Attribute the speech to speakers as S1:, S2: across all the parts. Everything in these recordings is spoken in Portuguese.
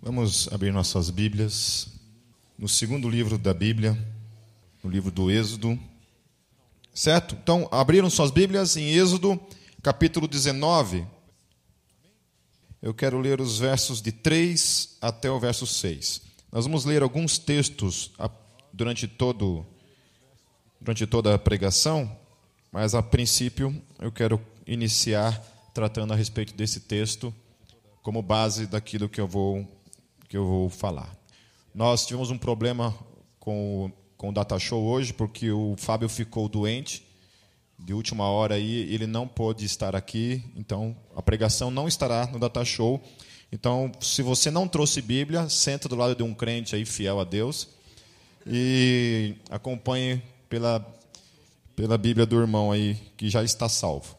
S1: Vamos abrir nossas Bíblias no segundo livro da Bíblia, no livro do Êxodo. Certo? Então, abriram suas Bíblias em Êxodo, capítulo 19. Eu quero ler os versos de 3 até o verso 6. Nós vamos ler alguns textos durante toda a pregação, mas a princípio eu quero iniciar tratando a respeito desse texto como base daquilo que eu vou falar. Nós tivemos um problema com o Data Show hoje, porque o Fábio ficou doente de última hora aí, ele não pôde estar aqui, então a pregação não estará no Data Show. Então, se você não trouxe Bíblia, senta do lado de um crente aí fiel a Deus e acompanhe pela Bíblia do irmão aí, que já está salvo.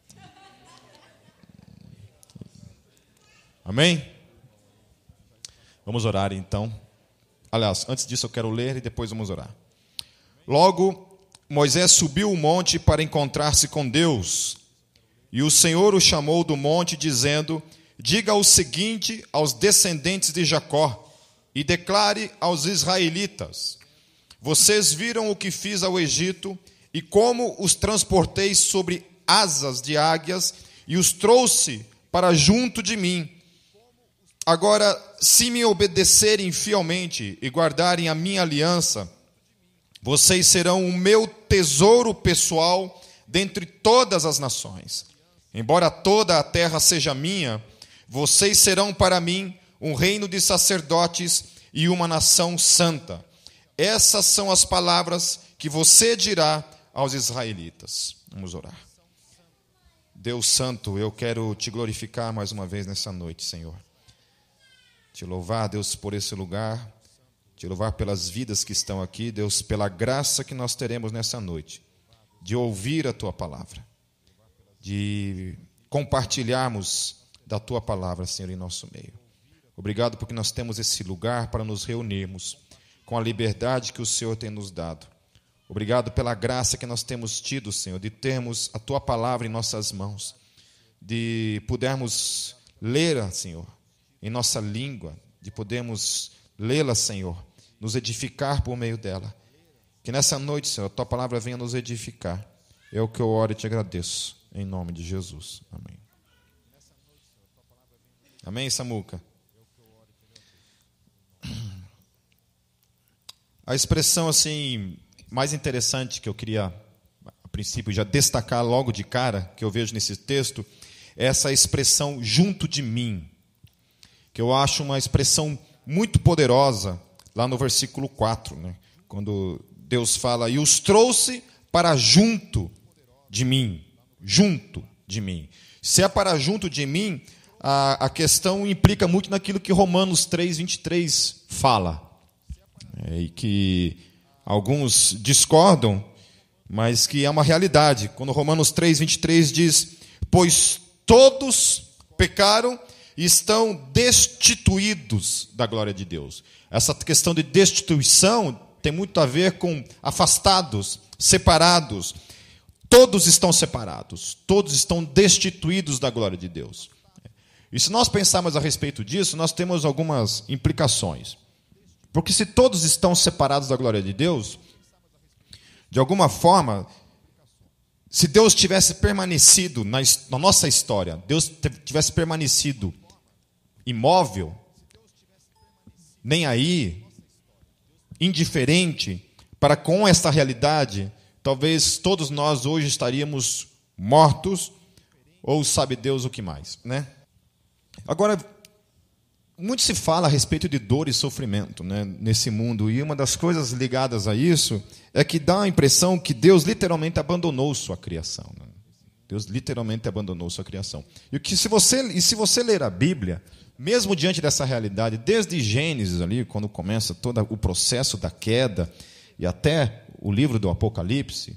S1: Amém? Vamos orar então. Aliás, antes disso eu quero ler e depois vamos orar. Logo, Moisés subiu o monte para encontrar-se com Deus. E o Senhor o chamou do monte, dizendo: diga o seguinte aos descendentes de Jacó, e declare aos israelitas: vocês viram o que fiz ao Egito, e como os transportei sobre asas de águias, e os trouxe para junto de mim. Agora, se me obedecerem fielmente e guardarem a minha aliança, vocês serão o meu tesouro pessoal dentre todas as nações. Embora toda a terra seja minha, vocês serão para mim um reino de sacerdotes e uma nação santa. Essas são as palavras que você dirá aos israelitas. Vamos orar. Deus Santo, eu quero te glorificar mais uma vez nessa noite, Senhor. Te louvar, Deus, por esse lugar. Te louvar pelas vidas que estão aqui, Deus, pela graça que nós teremos nessa noite, de ouvir a Tua palavra, de compartilharmos da Tua palavra, Senhor, em nosso meio. Obrigado porque nós temos esse lugar para nos reunirmos com a liberdade que o Senhor tem nos dado. Obrigado pela graça que nós temos tido, Senhor, de termos a Tua palavra em nossas mãos, de podermos lê-la, Senhor, em nossa língua, de podermos lê-la, Senhor, nos edificar por meio dela. Que nessa noite, Senhor, a Tua palavra venha nos edificar. É o que eu oro e te agradeço, em nome de Jesus. Amém. Amém, Samuca? A expressão assim mais interessante que eu queria, a princípio, já destacar logo de cara, que eu vejo nesse texto, é essa expressão junto de mim, que eu acho uma expressão muito poderosa, lá no versículo 4, né? Quando Deus fala: e os trouxe para junto de mim. Junto de mim. Se é para junto de mim, a questão implica muito naquilo que Romanos 3:23 fala. E que alguns discordam, mas que é uma realidade. Quando Romanos 3:23 diz: pois todos pecaram e estão destituídos da glória de Deus. Essa questão de destituição tem muito a ver com afastados, separados. Todos estão separados, todos estão destituídos da glória de Deus. E se nós pensarmos a respeito disso, nós temos algumas implicações. Porque se todos estão separados da glória de Deus, de alguma forma, se Deus tivesse permanecido na nossa história, Deus tivesse permanecido imóvel, nem aí, indiferente para com esta realidade, talvez todos nós hoje estaríamos mortos, ou sabe Deus o que mais, né? Agora, muito se fala a respeito de dor e sofrimento, né, nesse mundo, e uma das coisas ligadas a isso é que dá a impressão que Deus literalmente abandonou sua criação, né? Deus literalmente abandonou sua criação. E se você ler a Bíblia, mesmo diante dessa realidade, desde Gênesis ali, quando começa todo o processo da queda, e até o livro do Apocalipse,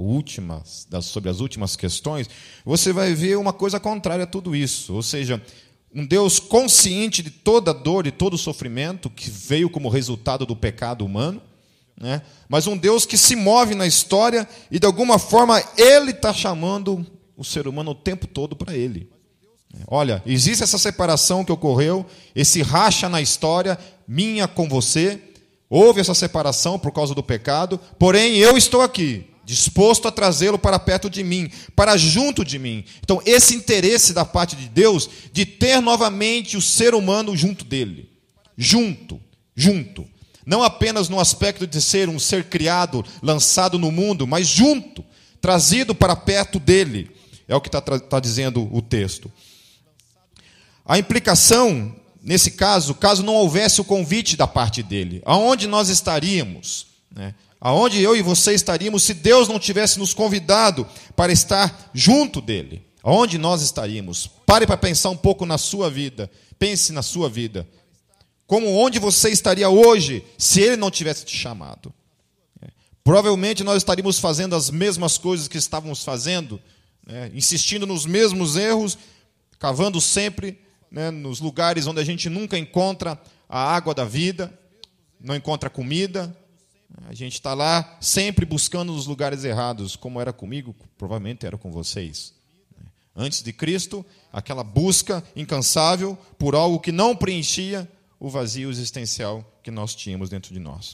S1: sobre as últimas questões, você vai ver uma coisa contrária a tudo isso. Ou seja, um Deus consciente de toda dor e todo sofrimento que veio como resultado do pecado humano, né? Mas um Deus que se move na história e, de alguma forma, Ele está chamando o ser humano o tempo todo para Ele. Olha, existe essa separação que ocorreu, esse racha na história, minha com você. Houve essa separação por causa do pecado, porém eu estou aqui, disposto a trazê-lo para perto de mim, para junto de mim. Então, esse interesse da parte de Deus de ter novamente o ser humano junto dele. Junto. Não apenas no aspecto de ser um ser criado, lançado no mundo, mas junto, trazido para perto dele. É o que está dizendo o texto. A implicação, nesse caso não houvesse o convite da parte dele, aonde nós estaríamos? Aonde eu e você estaríamos se Deus não tivesse nos convidado para estar junto dele? Aonde nós estaríamos? Pare para pensar um pouco na sua vida. Pense na sua vida. Onde você estaria hoje se ele não tivesse te chamado? Provavelmente nós estaríamos fazendo as mesmas coisas que estávamos fazendo, insistindo nos mesmos erros, cavando sempre nos lugares onde a gente nunca encontra a água da vida, não encontra comida. A gente está lá sempre buscando nos lugares errados, como era comigo, provavelmente era com vocês. Antes de Cristo, aquela busca incansável por algo que não preenchia o vazio existencial que nós tínhamos dentro de nós.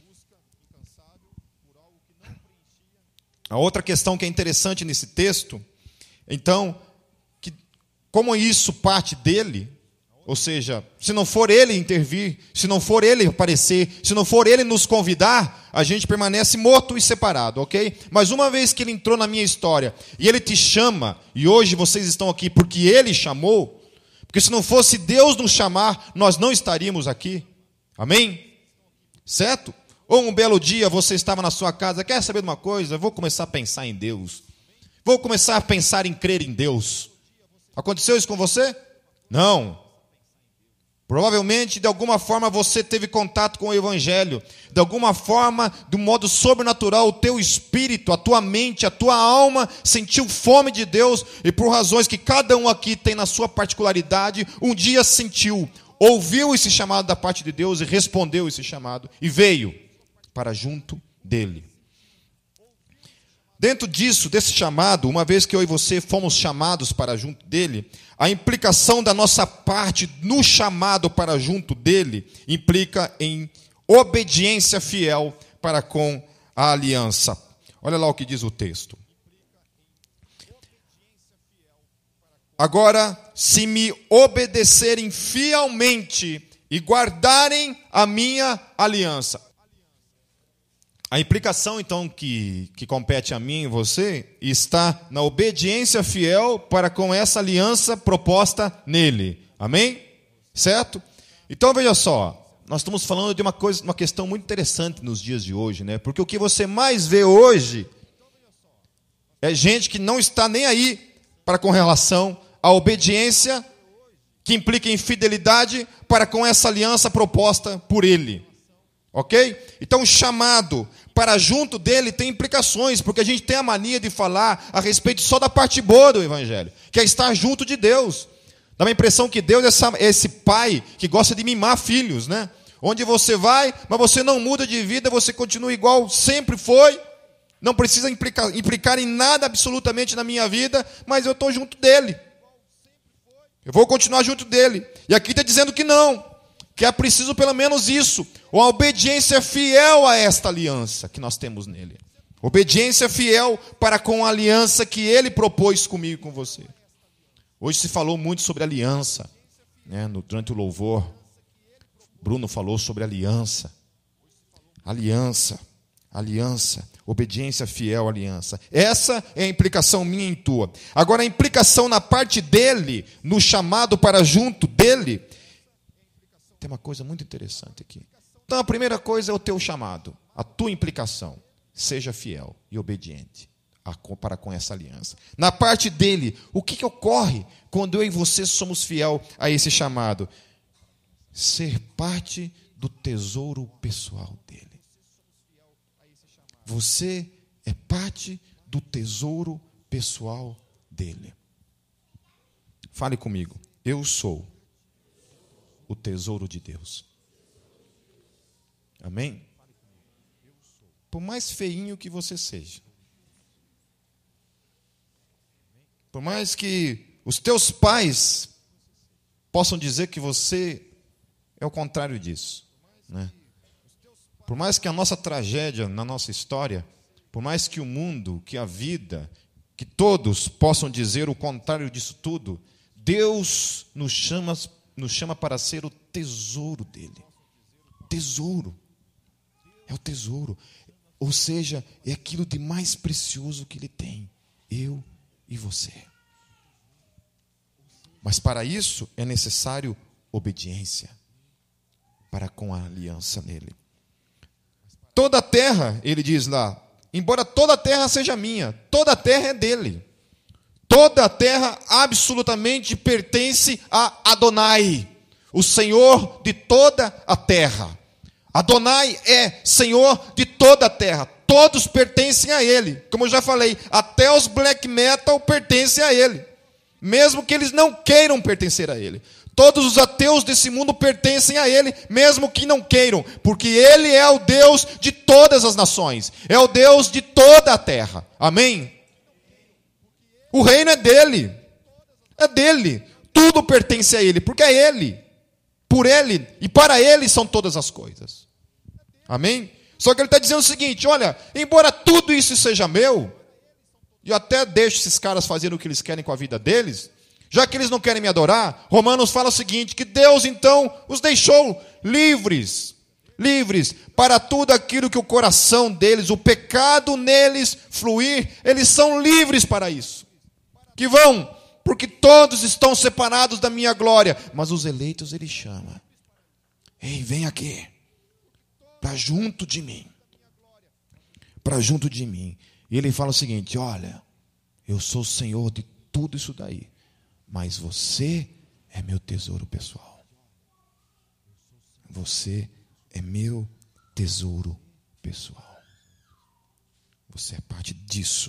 S1: A outra questão que é interessante nesse texto, então, como isso parte dele, ou seja, se não for ele intervir, se não for ele aparecer, se não for ele nos convidar, a gente permanece morto e separado, ok? Mas uma vez que ele entrou na minha história e ele te chama, e hoje vocês estão aqui porque ele chamou, porque se não fosse Deus nos chamar, nós não estaríamos aqui. Amém? Certo? Ou um belo dia você estava na sua casa, quer saber de uma coisa? Eu vou começar a pensar em Deus. Vou começar a pensar em crer em Deus. Aconteceu isso com você? Não. Provavelmente, de alguma forma, você teve contato com o Evangelho. De alguma forma, de um modo sobrenatural, o teu espírito, a tua mente, a tua alma sentiu fome de Deus. E por razões que cada um aqui tem na sua particularidade, um dia sentiu, ouviu esse chamado da parte de Deus e respondeu esse chamado. E veio para junto dele. Dentro disso, desse chamado, uma vez que eu e você fomos chamados para junto dele, a implicação da nossa parte no chamado para junto dele implica em obediência fiel para com a aliança. Olha lá o que diz o texto. Agora, se me obedecerem fielmente e guardarem a minha aliança. A implicação, então, que compete a mim e você, está na obediência fiel para com essa aliança proposta nele. Amém? Certo? Então, veja só, nós estamos falando de uma questão muito interessante nos dias de hoje, né? Porque o que você mais vê hoje é gente que não está nem aí para com relação à obediência que implica em fidelidade para com essa aliança proposta por ele. Ok? Então, o chamado para junto dele tem implicações, porque a gente tem a mania de falar a respeito só da parte boa do Evangelho, que é estar junto de Deus. Dá uma impressão que Deus é esse pai que gosta de mimar filhos, né? Onde você vai, mas você não muda de vida, você continua igual sempre foi, não precisa implicar em nada absolutamente na minha vida, mas eu estou junto dele. Eu vou continuar junto dele. E aqui está dizendo que não. Que é preciso pelo menos isso, uma obediência fiel a esta aliança que nós temos nele. Obediência fiel para com a aliança que ele propôs comigo e com você. Hoje se falou muito sobre aliança, né? Durante o louvor, Bruno falou sobre aliança. Aliança, obediência fiel à aliança. Essa é a implicação minha e tua. Agora a implicação na parte dele, no chamado para junto dele, tem uma coisa muito interessante aqui. Então, a primeira coisa é o teu chamado, a tua implicação. Seja fiel e obediente para com essa aliança. Na parte dele, o que ocorre quando eu e você somos fiel a esse chamado? Ser parte do tesouro pessoal dele. Você é parte do tesouro pessoal dele. Fale comigo. Eu sou o tesouro de Deus. Amém? Por mais feinho que você seja, por mais que os teus pais possam dizer que você é o contrário disso, né? Por mais que a nossa tragédia na nossa história, por mais que o mundo, que a vida, que todos possam dizer o contrário disso tudo, Deus nos chama para ser o tesouro dele. Tesouro. É o tesouro. Ou seja, é aquilo de mais precioso que ele tem. Eu e você. Mas para isso é necessário obediência para com a aliança nele. Toda a terra, ele diz lá, embora toda a terra seja minha, toda a terra é dele. Toda a terra absolutamente pertence a Adonai, o Senhor de toda a terra. Adonai é Senhor de toda a terra. Todos pertencem a ele. Como eu já falei, até os black metal pertencem a ele, mesmo que eles não queiram pertencer a ele. Todos os ateus desse mundo pertencem a ele, mesmo que não queiram, porque ele é o Deus de todas as nações, é o Deus de toda a terra. Amém? O reino é dele, tudo pertence a ele, porque é ele, por ele e para ele são todas as coisas. Amém? Só que ele está dizendo o seguinte: olha, embora tudo isso seja meu, e eu até deixo esses caras fazerem o que eles querem com a vida deles, já que eles não querem me adorar, Romanos fala o seguinte, que Deus então os deixou livres para tudo aquilo que o coração deles, o pecado neles fluir, eles são livres para isso. Que vão, porque todos estão separados da minha glória, mas os eleitos ele chama. Ei, vem aqui, para junto de mim. E ele fala o seguinte: olha, eu sou o Senhor de tudo isso daí, mas você é meu tesouro pessoal. Você é meu tesouro pessoal. Você é parte disso.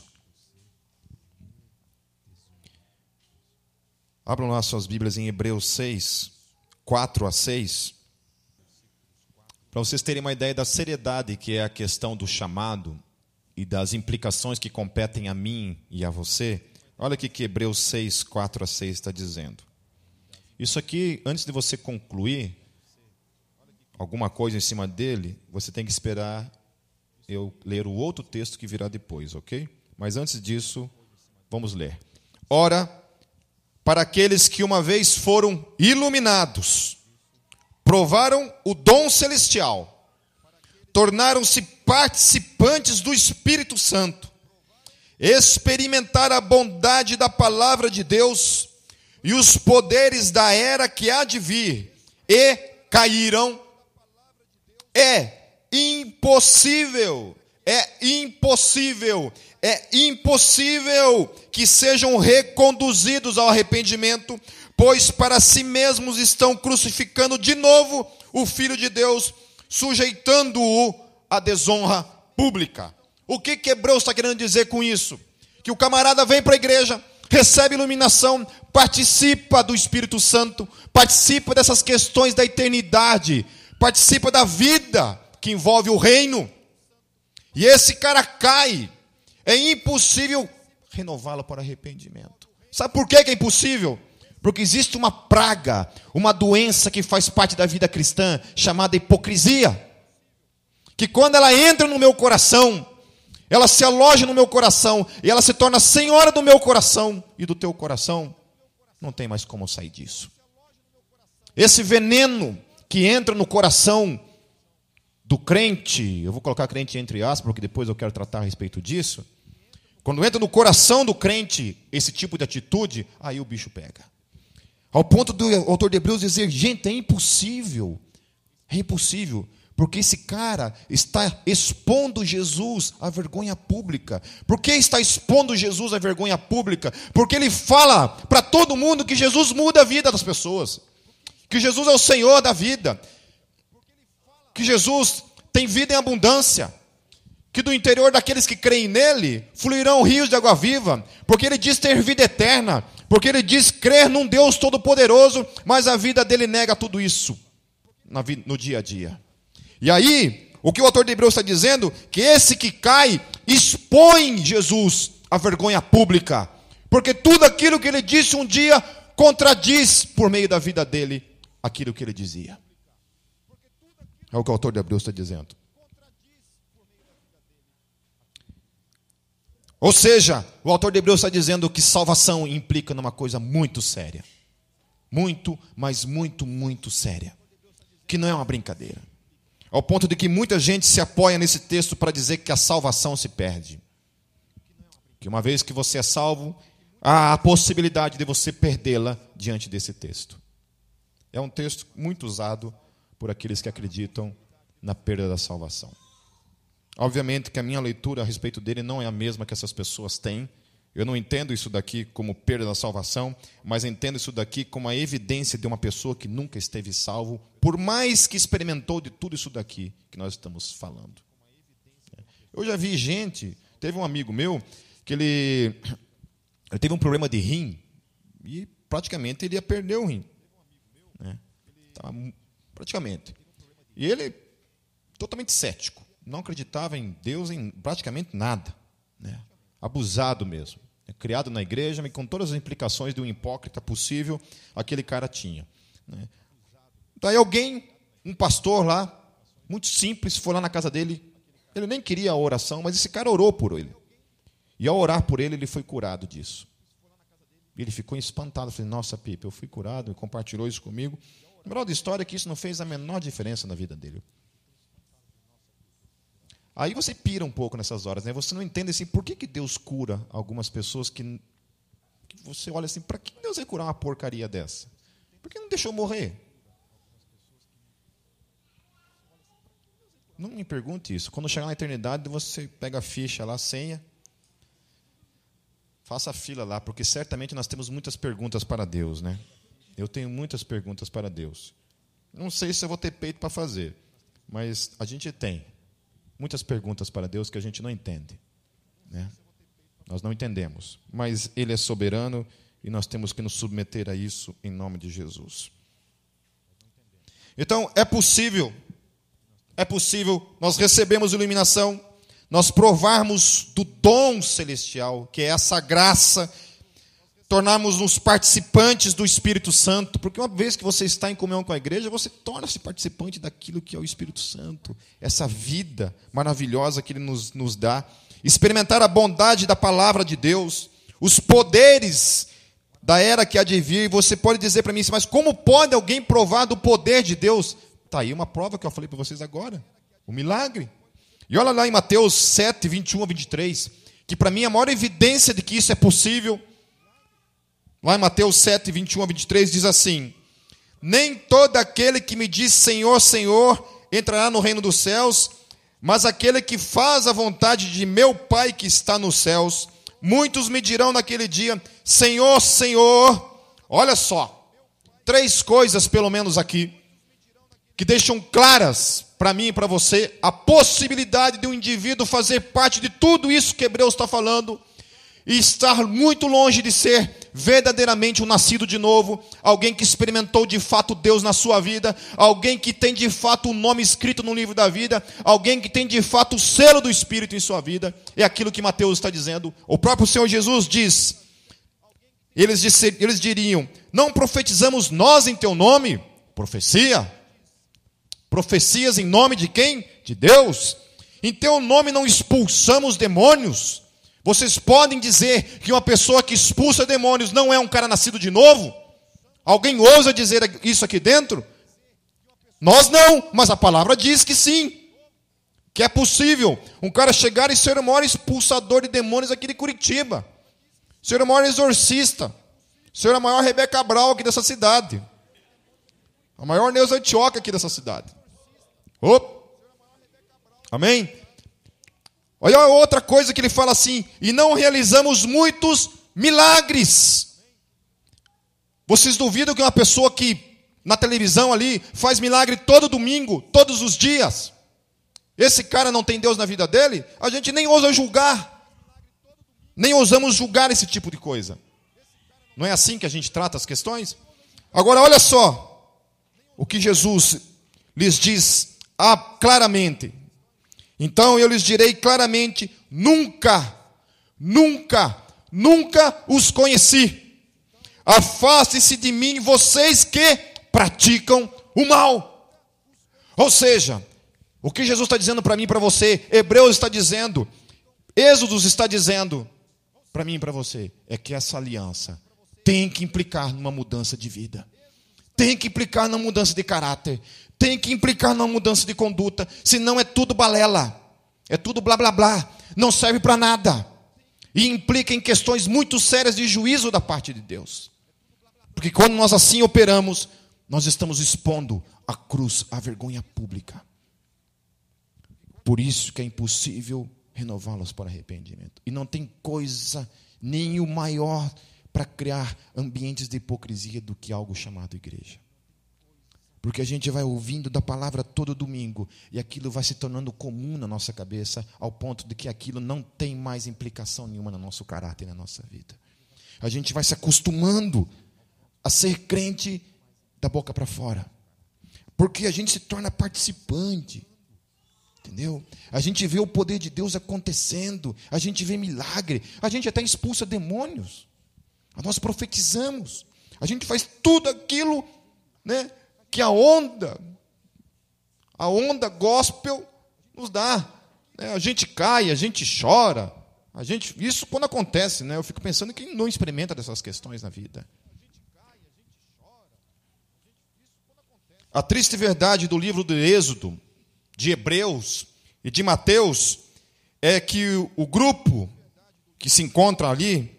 S1: Abram lá suas Bíblias em Hebreus 6, 4 a 6. Para vocês terem uma ideia da seriedade que é a questão do chamado e das implicações que competem a mim e a você. Olha o que Hebreus 6, 4 a 6 está dizendo. Isso aqui, antes de você concluir alguma coisa em cima dele, você tem que esperar eu ler o outro texto que virá depois, ok? Mas antes disso, vamos ler. Ora, para aqueles que uma vez foram iluminados, provaram o dom celestial, tornaram-se participantes do Espírito Santo, experimentaram a bondade da palavra de Deus e os poderes da era que há de vir, e caíram. É impossível que sejam reconduzidos ao arrependimento, pois para si mesmos estão crucificando de novo o Filho de Deus, sujeitando-o à desonra pública. O que Hebreus está querendo dizer com isso? Que o camarada vem para a igreja, recebe iluminação, participa do Espírito Santo, participa dessas questões da eternidade, participa da vida que envolve o reino, e esse cara cai. É impossível renová-lo para arrependimento. Sabe por que é impossível? Porque existe uma praga, uma doença que faz parte da vida cristã, chamada hipocrisia, que quando ela entra no meu coração, ela se aloja no meu coração, e ela se torna senhora do meu coração e do teu coração, não tem mais como sair disso. Esse veneno que entra no coração do crente, eu vou colocar crente entre aspas, porque depois eu quero tratar a respeito disso. Quando entra no coração do crente esse tipo de atitude, aí o bicho pega. Ao ponto do autor de Hebreus dizer: gente, é impossível, porque esse cara está expondo Jesus à vergonha pública. Por que está expondo Jesus à vergonha pública? Porque ele fala para todo mundo que Jesus muda a vida das pessoas, que Jesus é o Senhor da vida, que Jesus tem vida em abundância, que do interior daqueles que creem nele fluirão rios de água viva, porque ele diz ter vida eterna, porque ele diz crer num Deus todo-poderoso, mas a vida dele nega tudo isso no dia a dia. E aí, o que o autor de Hebreus está dizendo, que esse que cai expõe Jesus à vergonha pública, Porque tudo aquilo que ele disse um dia contradiz, por meio da vida dele, aquilo que ele dizia. É o que o autor de Hebreus está dizendo. Ou seja, o autor de Hebreus está dizendo que salvação implica numa coisa muito séria. Muito, mas muito, muito séria. Que não é uma brincadeira. Ao ponto de que muita gente se apoia nesse texto para dizer que a salvação se perde. Que uma vez que você é salvo, há a possibilidade de você perdê-la diante desse texto. É um texto muito usado por aqueles que acreditam na perda da salvação. Obviamente que a minha leitura a respeito dele não é a mesma que essas pessoas têm. Eu não entendo isso daqui como perda da salvação, mas entendo isso daqui como a evidência de uma pessoa que nunca esteve salvo, por mais que experimentou de tudo isso daqui que nós estamos falando. Eu já vi gente, teve um amigo meu, que ele teve um problema de rim, e praticamente ele ia perder o rim. Praticamente. E ele, totalmente cético, não acreditava em Deus, em praticamente nada. Abusado mesmo. Criado na igreja, mas com todas as implicações de um hipócrita possível, aquele cara tinha. Daí alguém, um pastor lá, muito simples, foi lá na casa dele. Ele nem queria a oração, mas esse cara orou por ele. E ao orar por ele, ele foi curado disso. E ele ficou espantado. Falei, nossa, Pipe, eu fui curado, e compartilhou isso comigo. A moral da história é que isso não fez a menor diferença na vida dele. Aí você pira um pouco nessas horas, né? Você não entende assim, por que Deus cura algumas pessoas que você olha assim, para que Deus vai curar uma porcaria dessa? Por que não deixou morrer? Não me pergunte isso. Quando chegar na eternidade, você pega a ficha lá, a senha, faça a fila lá, porque certamente nós temos muitas perguntas para Deus, né? Eu tenho muitas perguntas para Deus. Não sei se eu vou ter peito para fazer, mas a gente tem muitas perguntas para Deus que a gente não entende. Nós não entendemos, mas Ele é soberano e nós temos que nos submeter a isso em nome de Jesus. Então, é possível nós recebemos iluminação, nós provarmos do dom celestial, que é essa graça, tornarmos-nos participantes do Espírito Santo, porque uma vez que você está em comunhão com a igreja, você torna-se participante daquilo que é o Espírito Santo, essa vida maravilhosa que Ele nos dá, experimentar a bondade da palavra de Deus, os poderes da era que há de vir. Você pode dizer para mim, mas como pode alguém provar do poder de Deus? Está aí uma prova que eu falei para vocês agora, o milagre. E olha lá em Mateus 7, 21 a 23, que para mim a maior evidência de que isso é possível. Lá em Mateus 7, 21 a 23, diz assim: nem todo aquele que me diz Senhor, Senhor, entrará no reino dos céus, mas aquele que faz a vontade de meu Pai que está nos céus. Muitos me dirão naquele dia, Senhor, Senhor. Olha só, 3 coisas pelo menos aqui, que deixam claras para mim e para você a possibilidade de um indivíduo fazer parte de tudo isso que Hebreus está falando, e estar muito longe de ser verdadeiramente um nascido de novo, alguém que experimentou de fato Deus na sua vida, alguém que tem de fato o nome escrito no livro da vida, alguém que tem de fato o selo do Espírito em sua vida. É aquilo que Mateus está dizendo. O próprio Senhor Jesus diz, eles diriam, não profetizamos nós em teu nome? Profecias em nome de quem? De Deus. Em teu nome não expulsamos demônios? Vocês podem dizer que uma pessoa que expulsa demônios não é um cara nascido de novo? Alguém ousa dizer isso aqui dentro? Nós não, mas a palavra diz que sim. Que é possível um cara chegar e ser o maior expulsador de demônios aqui de Curitiba. Ser o maior exorcista. Ser a maior Rebeca Cabral aqui dessa cidade. A maior Neuza Antioquia aqui dessa cidade. Amém? Olha outra coisa que ele fala assim, e não realizamos muitos milagres. Vocês duvidam que uma pessoa que na televisão ali faz milagre todo domingo, todos os dias, esse cara não tem Deus na vida dele? A gente nem ousa julgar. Nem ousamos julgar esse tipo de coisa. Não é assim que a gente trata as questões? Agora olha só o que Jesus lhes diz claramente. Então eu lhes direi claramente, nunca nunca os conheci. Afaste-se de mim, vocês que praticam o mal. Ou seja, o que Jesus está dizendo para mim e para você, Hebreus está dizendo, Êxodos está dizendo para mim e para você, é que essa aliança tem que implicar numa mudança de vida, tem que implicar numa mudança de caráter, tem que implicar numa mudança de conduta, senão é tudo balela, é tudo blá blá blá, não serve para nada, e implica em questões muito sérias de juízo da parte de Deus, porque quando nós assim operamos, nós estamos expondo a cruz, a vergonha pública. Por isso que é impossível renová-los para arrependimento. E não tem coisa nenhum maior para criar ambientes de hipocrisia do que algo chamado igreja. Porque a gente vai ouvindo da palavra todo domingo e aquilo vai se tornando comum na nossa cabeça, ao ponto de que aquilo não tem mais implicação nenhuma no nosso caráter e na nossa vida. A gente vai se acostumando a ser crente da boca para fora. Porque a gente se torna participante. Entendeu? A gente vê o poder de Deus acontecendo, a gente vê milagre, a gente até expulsa demônios, nós profetizamos, a gente faz tudo aquilo, né, que a onda gospel nos dá, né? A gente cai, a gente chora, isso quando acontece, né? Eu fico pensando que não experimenta dessas questões na vida. A triste verdade do livro do Êxodo, de Hebreus e de Mateus, é que o grupo que se encontra ali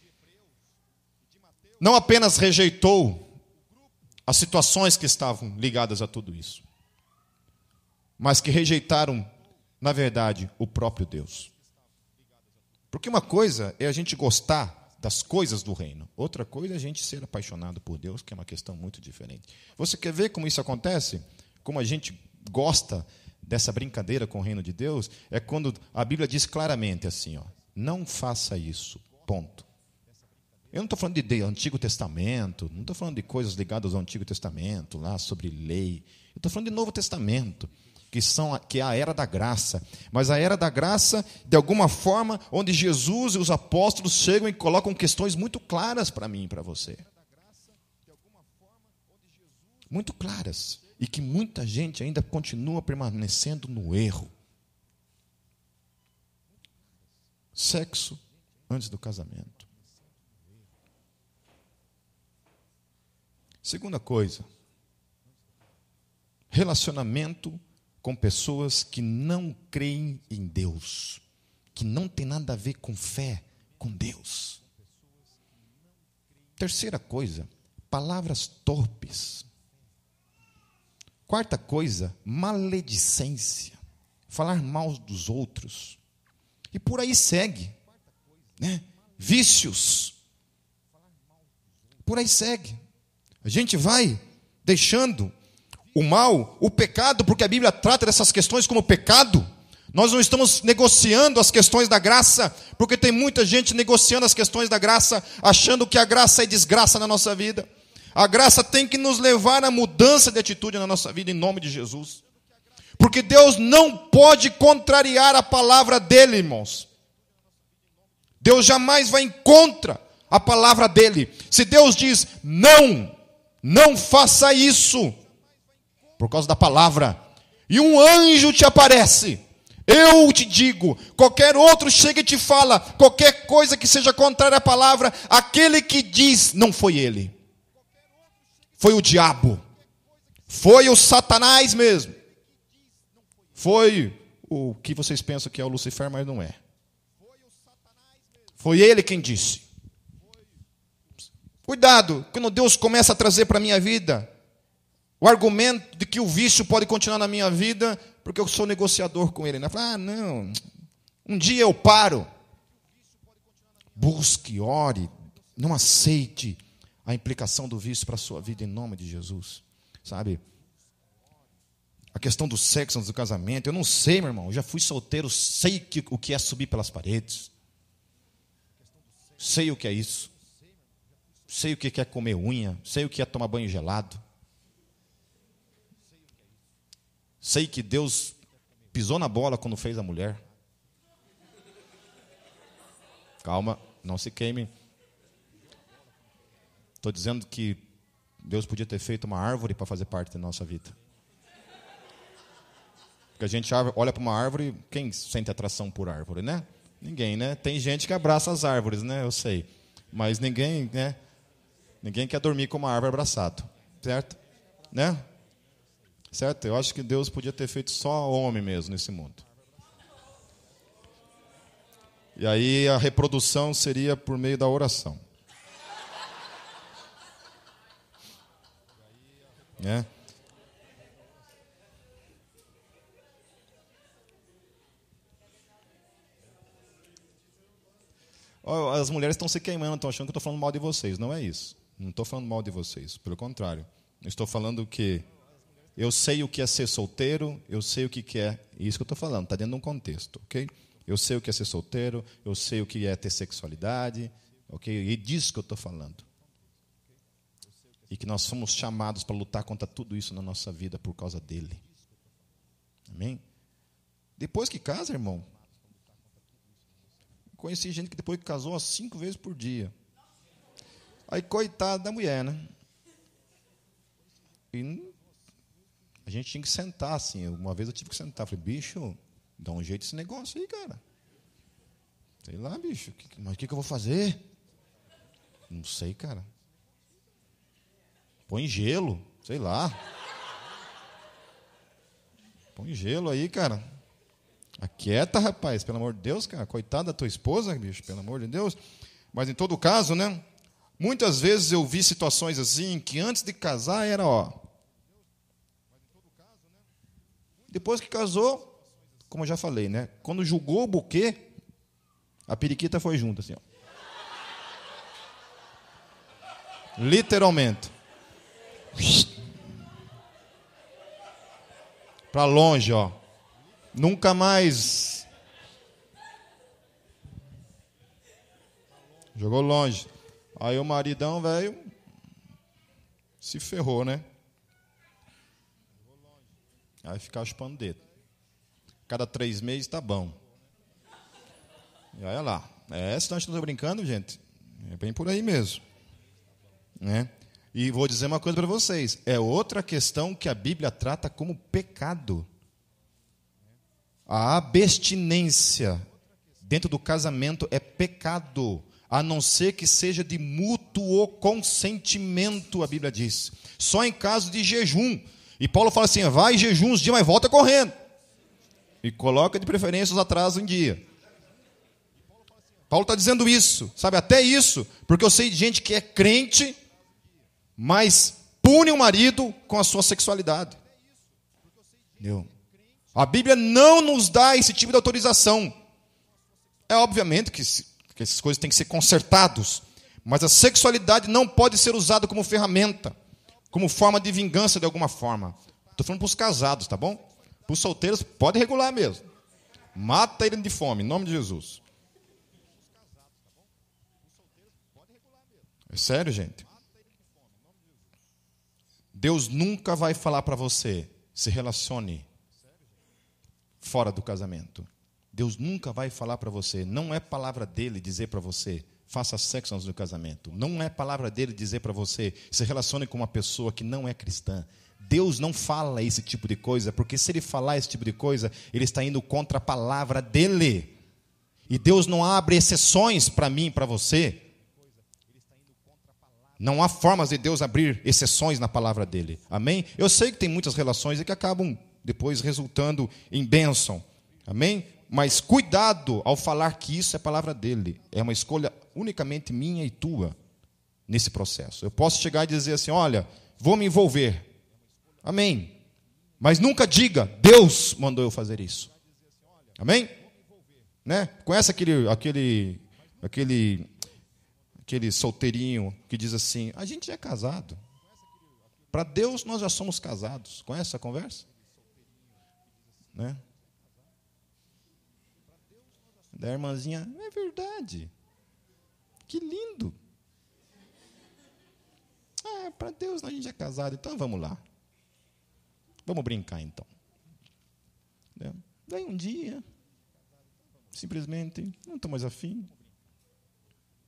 S1: não apenas rejeitou as situações que estavam ligadas a tudo isso, mas que rejeitaram, na verdade, o próprio Deus. Porque uma coisa é a gente gostar das coisas do reino, outra coisa é a gente ser apaixonado por Deus, que é uma questão muito diferente. Você quer ver como isso acontece? Como a gente gosta dessa brincadeira com o reino de Deus? É quando a Bíblia diz claramente assim, ó, não faça isso, ponto. Eu não estou falando de Antigo Testamento, não estou falando de coisas ligadas ao Antigo Testamento, lá sobre lei. Eu estou falando de Novo Testamento, que é a era da graça. Mas a era da graça, de alguma forma, onde Jesus e os apóstolos chegam e colocam questões muito claras para mim e para você. Muito claras. E que muita gente ainda continua permanecendo no erro. Sexo antes do casamento. Segunda coisa, relacionamento com pessoas que não creem em Deus, que não tem nada a ver com fé, com Deus. Terceira coisa, palavras torpes. Quarta coisa, maledicência, falar mal dos outros. E por aí segue, né? Vícios. Por aí segue. A gente vai deixando o mal, o pecado, porque a Bíblia trata dessas questões como pecado. Nós não estamos negociando as questões da graça, porque tem muita gente negociando as questões da graça, achando que a graça é desgraça na nossa vida. A graça tem que nos levar à mudança de atitude na nossa vida, em nome de Jesus. Porque Deus não pode contrariar a palavra dele, irmãos. Deus jamais vai contra a palavra dele. Se Deus diz, não faça isso, por causa da palavra, e um anjo te aparece, eu te digo, qualquer outro chega e te fala, qualquer coisa que seja contrária à palavra, aquele que diz, não foi ele. Foi o diabo, foi o Satanás mesmo, foi o que vocês pensam que é o Lucifer, mas não é. Foi ele quem disse. Cuidado, quando Deus começa a trazer para a minha vida o argumento de que o vício pode continuar na minha vida, porque eu sou negociador com ele. Ele fala, não, um dia eu paro. Busque, ore, não aceite a implicação do vício para a sua vida em nome de Jesus. Sabe? A questão do sexo antes do casamento, eu não sei, meu irmão, eu já fui solteiro, sei o que é subir pelas paredes. Sei o que é isso. Sei o que é comer unha, sei o que é tomar banho gelado. Sei que Deus pisou na bola quando fez a mulher. Calma, Não se queime. Estou dizendo que Deus podia ter feito uma árvore para fazer parte da nossa vida. Porque a gente olha para uma árvore, quem sente atração por árvore, né? Ninguém, né? Tem gente que abraça as árvores, né? Eu sei. Mas ninguém, né? Ninguém quer dormir com uma árvore abraçado, certo? Né? Certo? Eu acho que Deus podia ter feito só homem mesmo nesse mundo. E aí a reprodução seria por meio da oração. Né? As mulheres estão se queimando, estão achando que eu estou falando mal de vocês. Não é isso. Não estou falando mal de vocês. Pelo contrário. Eu estou falando que eu sei o que é ser solteiro, eu sei o que é. Isso que eu estou falando, está dentro de um contexto, ok? Eu sei o que é ser solteiro, eu sei o que é ter sexualidade, ok? E disso que eu estou falando. E que nós somos chamados para lutar contra tudo isso na nossa vida por causa dele. Amém? Depois que casa, irmão, conheci gente que depois que casou 5 vezes por dia. Aí, coitada da mulher, né? E a gente tinha que sentar assim. Uma vez eu tive que sentar. Falei, bicho, dá um jeito esse negócio aí, cara. Sei lá, bicho. Mas o que eu vou fazer? Não sei, cara. Põe gelo, sei lá. Põe gelo aí, cara. Aquieta, rapaz, pelo amor de Deus, cara. Coitada da tua esposa, bicho, pelo amor de Deus. Mas em todo caso, né? Muitas vezes eu vi situações assim, que antes de casar era, ó. Depois que casou, como eu já falei, né? Quando julgou o buquê, a periquita foi junto, assim, ó. Literalmente. Para longe, ó. Nunca mais. Jogou longe. Aí o maridão, velho, se ferrou, né? Aí ficar chupando o dedo. Cada 3 meses tá bom. E olha lá. Senão a gente não está brincando, gente. É bem por aí mesmo. Né? E vou dizer uma coisa para vocês. É outra questão que a Bíblia trata como pecado. A abstinência dentro do casamento é pecado, a não ser que seja de mútuo consentimento, a Bíblia diz. Só em caso de jejum. E Paulo fala assim, vai jejum uns dias, mas volta correndo. E coloca de preferência os atrasos em dia. Paulo está dizendo isso, sabe, até isso, porque eu sei de gente que é crente, mas pune o marido com a sua sexualidade. Entendeu? A Bíblia não nos dá esse tipo de autorização. É obviamente que essas coisas têm que ser consertadas, mas a sexualidade não pode ser usada como ferramenta, como forma de vingança de alguma forma. Estou falando para os casados, tá bom? Para os solteiros, pode regular mesmo. Mata ele de fome, em nome de Jesus. É sério, gente? Deus nunca vai falar para você, se relacione fora do casamento. Deus nunca vai falar para você, não é palavra dele dizer para você, faça sexo antes do casamento. Não é palavra dele dizer para você, se relacione com uma pessoa que não é cristã. Deus não fala esse tipo de coisa, porque se ele falar esse tipo de coisa, ele está indo contra a palavra dele. E Deus não abre exceções para mim e para você. Não há formas de Deus abrir exceções na palavra dele. Amém? Eu sei que tem muitas relações que acabam depois resultando em bênção. Amém? Mas cuidado ao falar que isso é palavra dele. É uma escolha unicamente minha e tua nesse processo. Eu posso chegar e dizer assim, olha, vou me envolver. Amém? Mas nunca diga, Deus mandou eu fazer isso. Amém? Né? Conhece aquele solteirinho que diz assim, a gente já é casado. Para Deus nós já somos casados. Conhece essa conversa? Né? Da irmãzinha, é verdade. Que lindo. Para Deus a gente é casado, então vamos lá. Vamos brincar então. Daí um dia, simplesmente, não estou mais afim.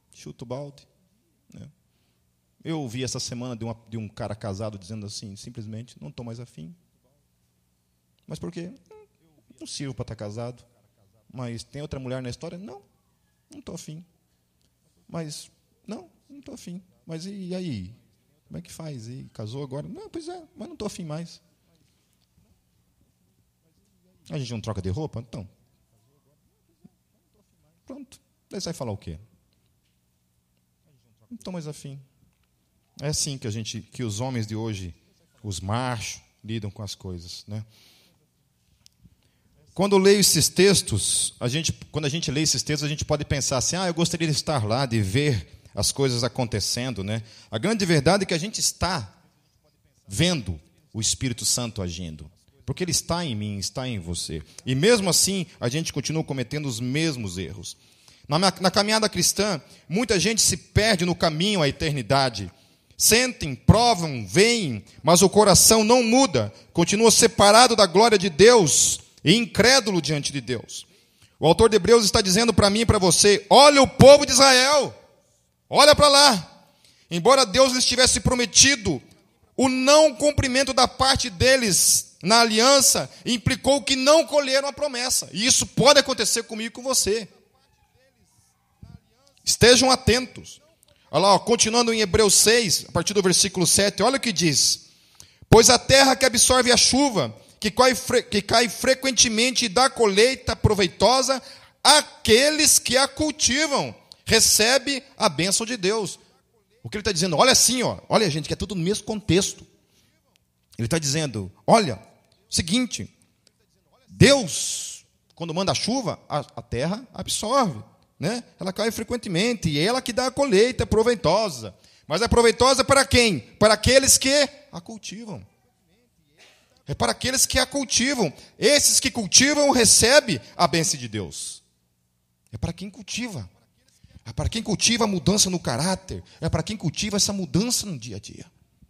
S1: chuta o balde. Né? Eu ouvi essa semana de um cara casado dizendo assim, simplesmente, não estou mais afim. Mas por quê? Não sirvo para estar casado. Mas tem outra mulher na história? Não estou afim. Mas, não estou afim. Mas e aí? Como é que faz? E casou agora? Não, pois é, mas não estou afim mais. A gente não troca de roupa? Então. Pronto. Daí você vai falar o quê? Não estou mais afim. É assim que os homens de hoje, os machos, lidam com as coisas, né? Quando eu leio esses textos, quando a gente lê esses textos, a gente pode pensar assim, eu gostaria de estar lá, de ver as coisas acontecendo, né? A grande verdade é que a gente está vendo o Espírito Santo agindo, porque ele está em mim, está em você. E mesmo assim, a gente continua cometendo os mesmos erros. Na caminhada cristã, muita gente se perde no caminho à eternidade. Sentem, provam, veem, mas o coração não muda, continua separado da glória de Deus e incrédulo diante de Deus. O autor de Hebreus está dizendo para mim e para você, olha o povo de Israel, olha para lá. Embora Deus lhes tivesse prometido, o não cumprimento da parte deles na aliança implicou que não colheram a promessa. E isso pode acontecer comigo e com você. Estejam atentos. Olha lá, continuando em Hebreus 6, a partir do versículo 7, olha o que diz. Pois a terra que absorve a chuva, que cai frequentemente e dá colheita proveitosa, aqueles que a cultivam, recebe a bênção de Deus. O que ele está dizendo? Olha assim, olha gente, que é tudo no mesmo contexto. Ele está dizendo, olha, seguinte, Deus, quando manda a chuva, a terra absorve. Né? Ela cai frequentemente, e é ela que dá a colheita proveitosa. Mas é proveitosa para quem? Para aqueles que a cultivam. É para aqueles que a cultivam. Esses que cultivam recebem a bênção de Deus. É para quem cultiva. É para quem cultiva a mudança no caráter. É para quem cultiva essa mudança no dia a dia.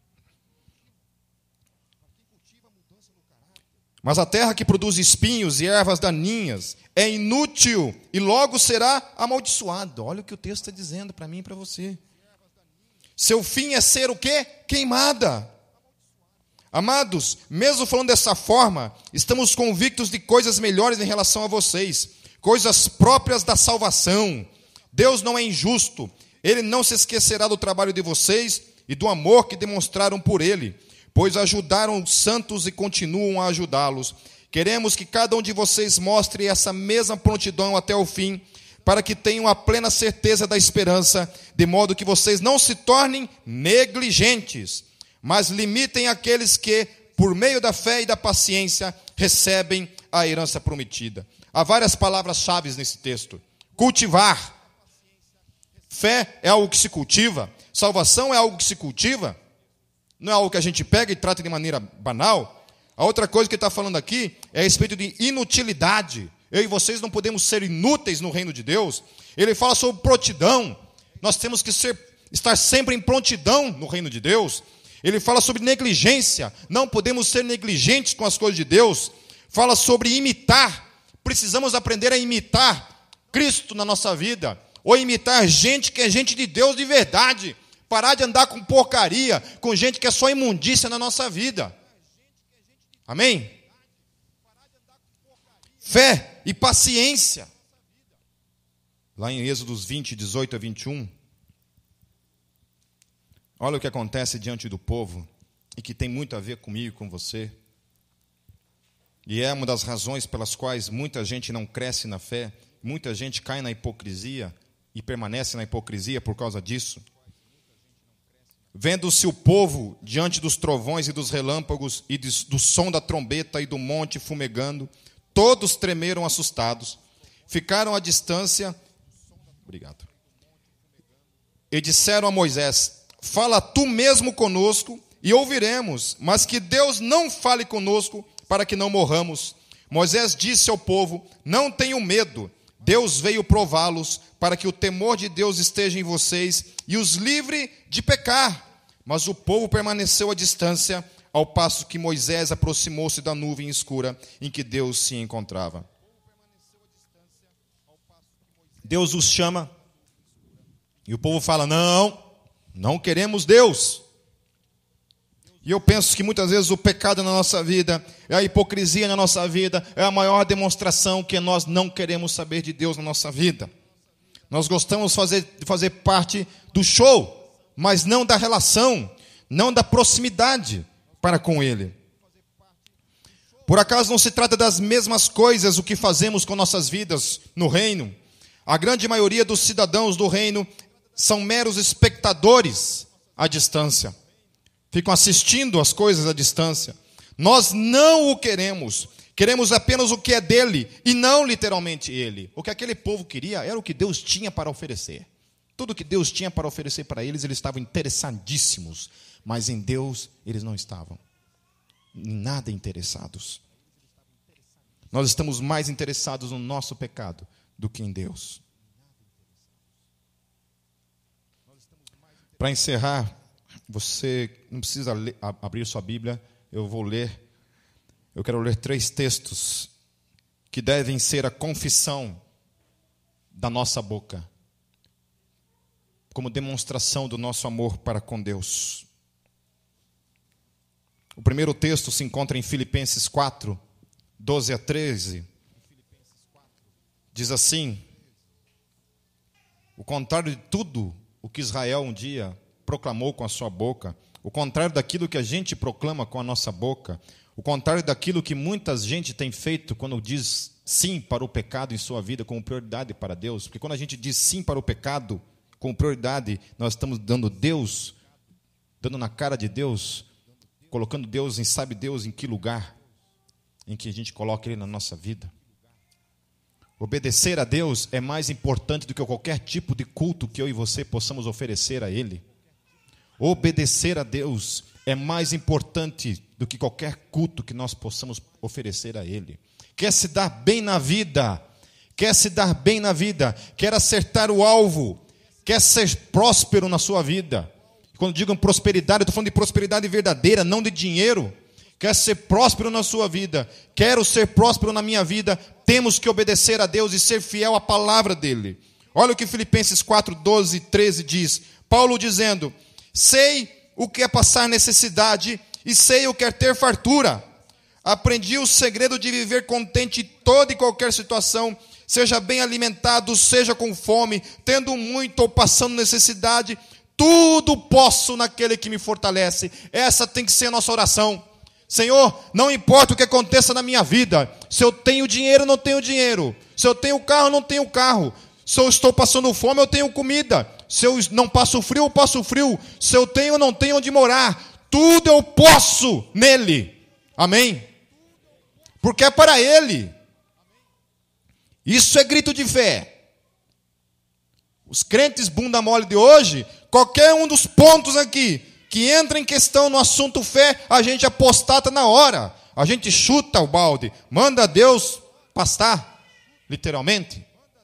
S1: Mas a terra que produz espinhos e ervas daninhas é inútil e logo será amaldiçoada. Olha o que o texto está dizendo para mim e para você. Seu fim é ser o quê? Queimada. Amados, mesmo falando dessa forma, estamos convictos de coisas melhores em relação a vocês. Coisas próprias da salvação. Deus não é injusto. Ele não se esquecerá do trabalho de vocês e do amor que demonstraram por Ele, pois ajudaram os santos e continuam a ajudá-los. Queremos que cada um de vocês mostre essa mesma prontidão até o fim, para que tenham a plena certeza da esperança, de modo que vocês não se tornem negligentes, mas limitem aqueles que, por meio da fé e da paciência, recebem a herança prometida. Há várias palavras-chave nesse texto. Cultivar. Fé é algo que se cultiva. Salvação é algo que se cultiva. Não é algo que a gente pega e trata de maneira banal. A outra coisa que ele está falando aqui é a respeito de inutilidade. Eu e vocês não podemos ser inúteis no reino de Deus. Ele fala sobre prontidão. Nós temos que estar sempre em prontidão no reino de Deus. Ele fala sobre negligência. Não podemos ser negligentes com as coisas de Deus. Fala sobre imitar. Precisamos aprender a imitar Cristo na nossa vida. Ou imitar gente que é gente de Deus de verdade. Parar de andar com porcaria, com gente que é só imundícia na nossa vida. Amém? Fé e paciência. Lá em Êxodos 20, 18 a 21. Olha o que acontece diante do povo, e que tem muito a ver comigo e com você. E é uma das razões pelas quais muita gente não cresce na fé, muita gente cai na hipocrisia e permanece na hipocrisia por causa disso. Vendo-se o povo diante dos trovões e dos relâmpagos e do som da trombeta e do monte fumegando, todos tremeram assustados, ficaram à distância, e disseram a Moisés: fala tu mesmo conosco e ouviremos, mas que Deus não fale conosco para que não morramos. Moisés disse ao povo: não tenham medo, Deus veio prová-los para que o temor de Deus esteja em vocês e os livre de pecar. Mas o povo permaneceu à distância, ao passo que Moisés aproximou-se da nuvem escura em que Deus se encontrava. Deus os chama, E o povo fala, não queremos Deus. E eu penso que muitas vezes o pecado na nossa vida, a hipocrisia na nossa vida, é a maior demonstração que nós não queremos saber de Deus na nossa vida. Nós gostamos de fazer parte do show, mas não da relação, não da proximidade para com Ele. Por acaso não se trata das mesmas coisas o que fazemos com nossas vidas no reino? A grande maioria dos cidadãos do reino são meros espectadores à distância. Ficam assistindo as coisas à distância. Nós não o queremos. Queremos apenas o que é dele e não literalmente ele. O que aquele povo queria era o que Deus tinha para oferecer. Tudo que Deus tinha para oferecer para eles estavam interessadíssimos. Mas em Deus eles não estavam em nada interessados. Nós estamos mais interessados no nosso pecado do que em Deus. Para encerrar, você não precisa abrir sua Bíblia, eu quero ler 3 textos que devem ser a confissão da nossa boca, como demonstração do nosso amor para com Deus. O primeiro texto se encontra em Filipenses 4, 12 a 13. Diz assim: o contrário de tudo o que Israel um dia proclamou com a sua boca, o contrário daquilo que a gente proclama com a nossa boca, o contrário daquilo que muita gente tem feito quando diz sim para o pecado em sua vida como prioridade para Deus. Porque quando a gente diz sim para o pecado como prioridade, nós estamos dando na cara de Deus, colocando Deus em sabe Deus em que lugar em que a gente coloca Ele na nossa vida. Obedecer a Deus é mais importante do que qualquer tipo de culto que eu e você possamos oferecer a Ele. Obedecer a Deus é mais importante do que qualquer culto que nós possamos oferecer a Ele. Quer se dar bem na vida, quer acertar o alvo, quer ser próspero na sua vida. Quando digam prosperidade, eu estou falando de prosperidade verdadeira, não de dinheiro. Quer ser próspero na sua vida, quero ser próspero na minha vida, temos que obedecer a Deus e ser fiel à palavra dEle. Olha o que Filipenses 4, 12 e 13 diz. Paulo dizendo: sei o que é passar necessidade e sei o que é ter fartura. Aprendi o segredo de viver contente em toda e qualquer situação, seja bem alimentado, seja com fome, tendo muito ou passando necessidade, tudo posso naquele que me fortalece. Essa tem que ser a nossa oração. Senhor, não importa o que aconteça na minha vida, se eu tenho dinheiro ou não tenho dinheiro, se eu tenho carro ou não tenho carro, se eu estou passando fome, eu tenho comida, se eu não passo frio, eu passo frio, se eu tenho ou não tenho onde morar, tudo eu posso nele. Amém? Porque é para Ele. Isso é grito de fé. Os crentes bunda mole de hoje, qualquer um dos pontos aqui que entra em questão no assunto fé, a gente apostata na hora. A gente chuta o balde, manda Deus pastar, literalmente.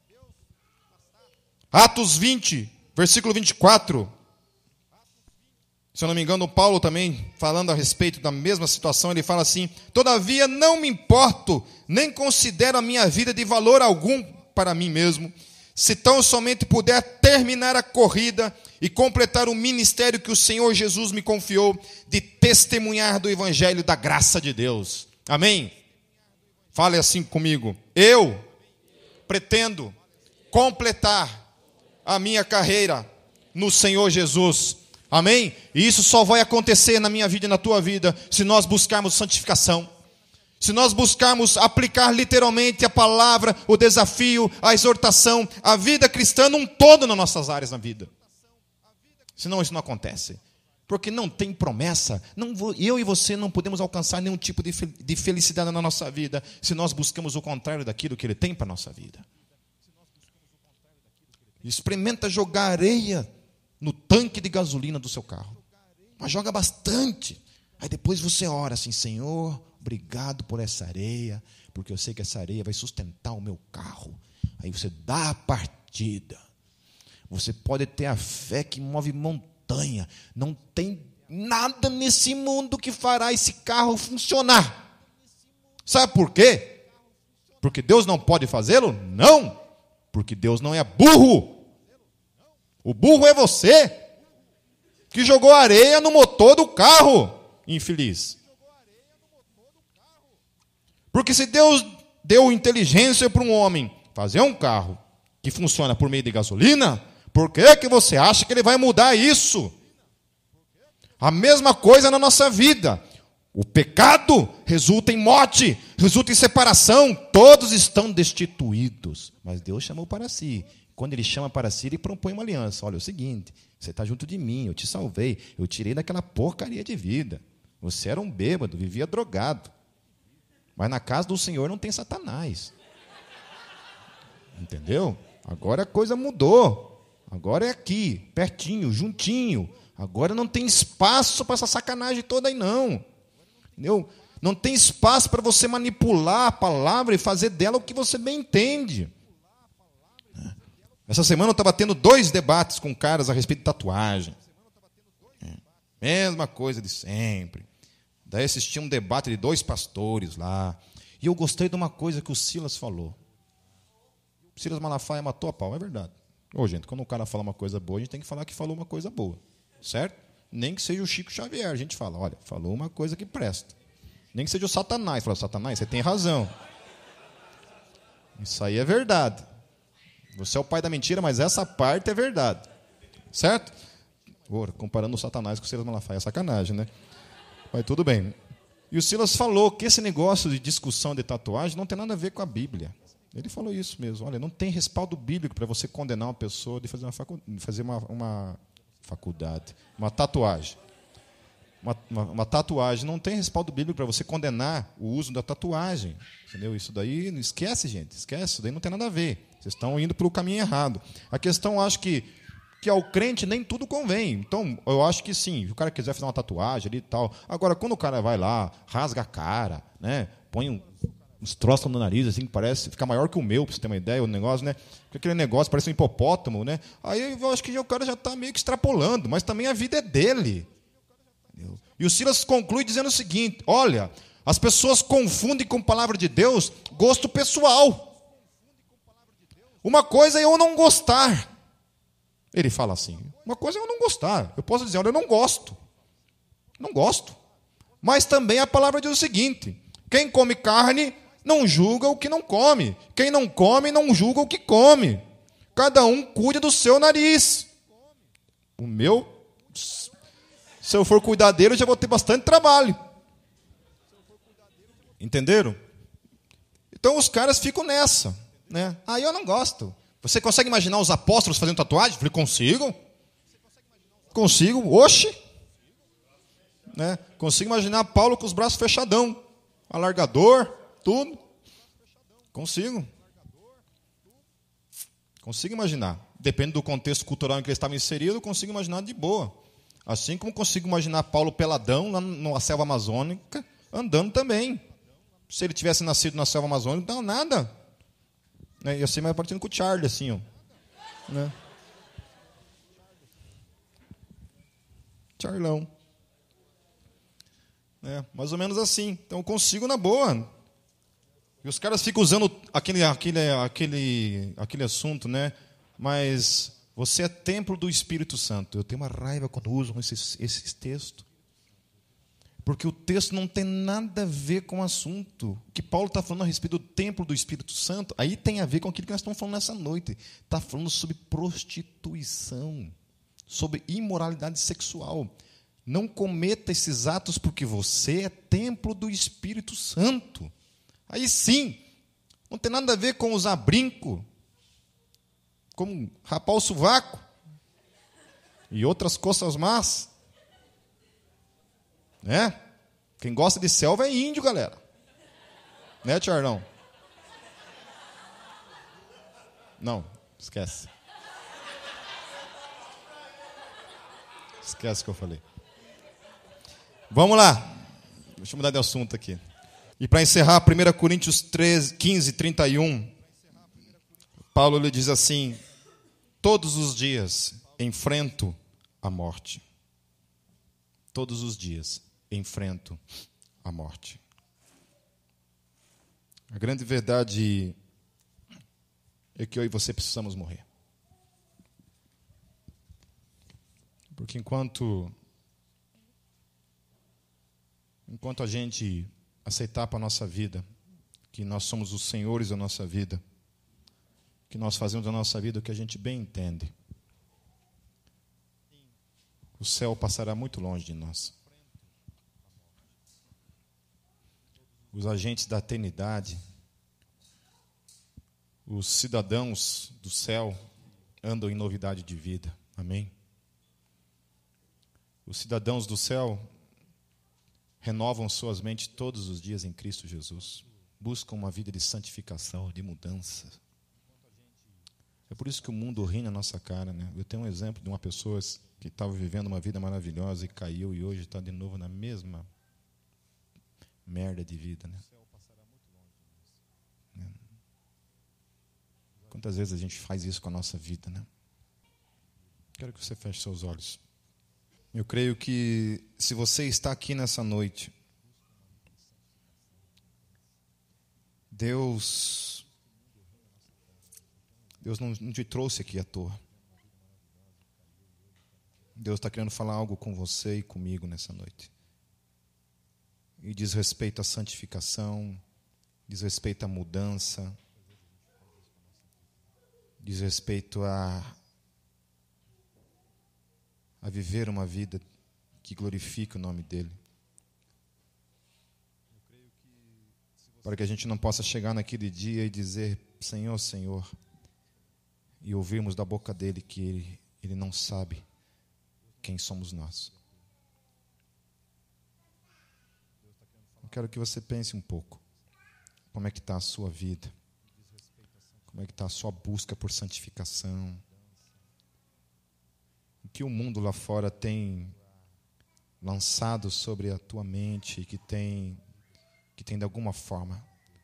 S1: Atos 20, versículo 24. Se eu não me engano, Paulo também, falando a respeito da mesma situação, ele fala assim: todavia não me importo, nem considero a minha vida de valor algum para mim mesmo, se tão somente puder terminar a corrida e completar o ministério que o Senhor Jesus me confiou, de testemunhar do evangelho da graça de Deus. Amém? Fale assim comigo: eu pretendo completar a minha carreira no Senhor Jesus. Amém? E isso só vai acontecer na minha vida e na tua vida se nós buscarmos santificação. Se nós buscarmos aplicar literalmente a palavra, o desafio, a exortação, a vida cristã num todo nas nossas áreas na vida. Senão isso não acontece. Porque não tem promessa. Eu e você não podemos alcançar nenhum tipo de felicidade na nossa vida se nós buscamos o contrário daquilo que Ele tem para a nossa vida. Experimenta jogar areia no tanque de gasolina do seu carro. Mas joga bastante. Aí depois você ora assim: Senhor, obrigado por essa areia, porque eu sei que essa areia vai sustentar o meu carro. Aí você dá a partida. Você pode ter a fé que move montanha. Não tem nada nesse mundo que fará esse carro funcionar. Sabe por quê? Porque Deus não pode fazê-lo? Não. Porque Deus não é burro. O burro é você que jogou areia no motor do carro, infeliz. Porque se Deus deu inteligência para um homem fazer um carro que funciona por meio de gasolina, por que você acha que ele vai mudar isso? A mesma coisa na nossa vida. O pecado resulta em morte, resulta em separação. Todos estão destituídos. Mas Deus chamou para si. Quando Ele chama para si, Ele propõe uma aliança. Olha, é o seguinte, você está junto de mim, eu te salvei, eu tirei daquela porcaria de vida. Você era um bêbado, vivia drogado. Mas na casa do Senhor não tem Satanás. Entendeu? Agora a coisa mudou. Agora é aqui, pertinho, juntinho. Agora não tem espaço para essa sacanagem toda aí, não. Entendeu? Não tem espaço para você manipular a palavra e fazer dela o que você bem entende. Essa semana eu estava tendo 2 debates com caras a respeito de tatuagem. Mesma coisa de sempre. Daí assisti um debate de 2 pastores lá. E eu gostei de uma coisa que o Silas falou. O Silas Malafaia matou a pau, é verdade. Ô, gente, quando o cara fala uma coisa boa, a gente tem que falar que falou uma coisa boa. Certo? Nem que seja o Chico Xavier, a gente fala, olha, falou uma coisa que presta. Nem que seja o Satanás, fala, Satanás, você tem razão. Isso aí é verdade. Você é o pai da mentira, mas essa parte é verdade. Certo? Ora, comparando o Satanás com o Silas Malafaia, é sacanagem, né? Mas tudo bem. E o Silas falou que esse negócio de discussão de tatuagem não tem nada a ver com a Bíblia. Ele falou isso mesmo. Olha, não tem respaldo bíblico para você condenar uma pessoa de fazer uma faculdade, uma tatuagem. Uma tatuagem não tem respaldo bíblico para você condenar o uso da tatuagem. Entendeu? Isso daí, esquece, gente, esquece. Isso daí não tem nada a ver. Vocês estão indo pelo caminho errado. A questão, eu acho que ao crente nem tudo convém. Então, eu acho que sim, se o cara quiser fazer uma tatuagem ali e tal. Agora, quando o cara vai lá, rasga a cara, né, põe uns troços no nariz, assim, que parece, fica maior que o meu, para você ter uma ideia, o negócio, né? Porque aquele negócio parece um hipopótamo, né? Aí eu acho que o cara já está meio que extrapolando, mas também a vida é dele. Entendeu? E o Silas conclui dizendo o seguinte: olha, as pessoas confundem com a palavra de Deus gosto pessoal. Uma coisa é eu não gostar. Ele fala assim, uma coisa é eu não gostar. Eu posso dizer, olha, eu não gosto. Não gosto. Mas também a palavra diz o seguinte: quem come carne não julga o que não come. Quem não come não julga o que come. Cada um cuida do seu nariz. O meu, se eu for cuidar dele, eu já vou ter bastante trabalho. Entenderam? Então os caras ficam nessa, né? Ah, eu não gosto. Você consegue imaginar os apóstolos fazendo tatuagem? Eu falei, consigo. Consigo, oxe. Né? Consigo imaginar Paulo com os braços fechadão, alargador, tudo. Consigo. Consigo imaginar. Depende do contexto cultural em que ele estava inserido, eu consigo imaginar de boa. Assim como consigo imaginar Paulo peladão lá na selva amazônica, andando também. Se ele tivesse nascido na selva amazônica, não, nada. Ia ser mais partindo com o Charlie, assim, ó. Né? Charlão. Mais ou menos assim. Então, eu consigo na boa. E os caras ficam usando aquele assunto, né? Mas você é templo do Espírito Santo. Eu tenho uma raiva quando usam esses textos. Porque o texto não tem nada a ver com o assunto. O que Paulo está falando a respeito do templo do Espírito Santo, aí tem a ver com aquilo que nós estamos falando nessa noite. Está falando sobre prostituição, sobre imoralidade sexual. Não cometa esses atos porque você é templo do Espírito Santo. Aí sim, não tem nada a ver com usar brinco, como rapar o sovaco e outras coisas más. Né? Quem gosta de selva é índio, galera. Né, Charlão? Não, esquece. Esquece o que eu falei. Vamos lá. Deixa eu mudar de assunto aqui. E para encerrar, 1 Coríntios 15, 31, Paulo lhe diz assim: todos os dias enfrento a morte. Todos os dias enfrento a morte. A grande verdade é que eu e você precisamos morrer. Porque enquanto a gente aceitar para a nossa vida que nós somos os senhores da nossa vida, que nós fazemos da nossa vida o que a gente bem entende, o céu passará muito longe de nós. Os agentes da eternidade, os cidadãos do céu, andam em novidade de vida. Amém? Os cidadãos do céu renovam suas mentes todos os dias em Cristo Jesus. Buscam uma vida de santificação, de mudança. É por isso que o mundo ri na nossa cara, né? Eu tenho um exemplo de uma pessoa que estava vivendo uma vida maravilhosa e caiu, e hoje está de novo na mesma merda de vida, né? Quantas vezes a gente faz isso com a nossa vida, né? Quero que você feche seus olhos. Eu creio que se você está aqui nessa noite, Deus não te trouxe aqui à toa. Deus está querendo falar algo com você e comigo nessa noite. E diz respeito à santificação, diz respeito à mudança, diz respeito a viver uma vida que glorifique o nome dEle. Para que a gente não possa chegar naquele dia e dizer, Senhor, Senhor, e ouvirmos da boca dEle que Ele não sabe quem somos nós. Eu quero que você pense um pouco. Como é que está a sua vida? Como é que está a sua busca por santificação? O que o mundo lá fora tem lançado sobre a tua mente, que tem de alguma forma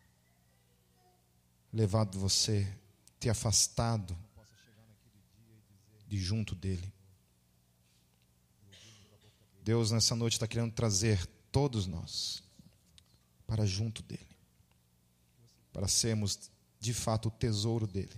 S1: levado você, te afastado de junto dEle. Deus nessa noite está querendo trazer todos nós para junto dEle, para sermos de fato o tesouro dEle.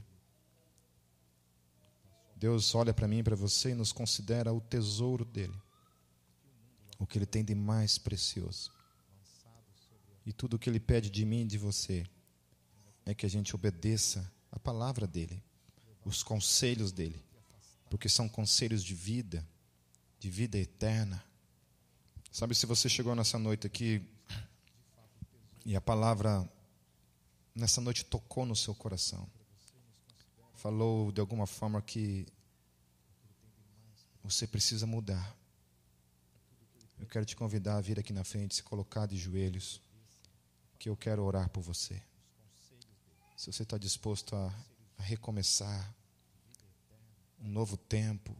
S1: Deus olha para mim e para você e nos considera o tesouro dEle, o que Ele tem de mais precioso. E tudo o que Ele pede de mim e de você é que a gente obedeça a palavra dEle, os conselhos dEle, porque são conselhos de vida eterna. Sabe, se você chegou nessa noite aqui e a palavra nessa noite tocou no seu coração, falou de alguma forma que você precisa mudar, eu quero te convidar a vir aqui na frente, se colocar de joelhos, que eu quero orar por você. Se você está disposto a recomeçar um novo tempo,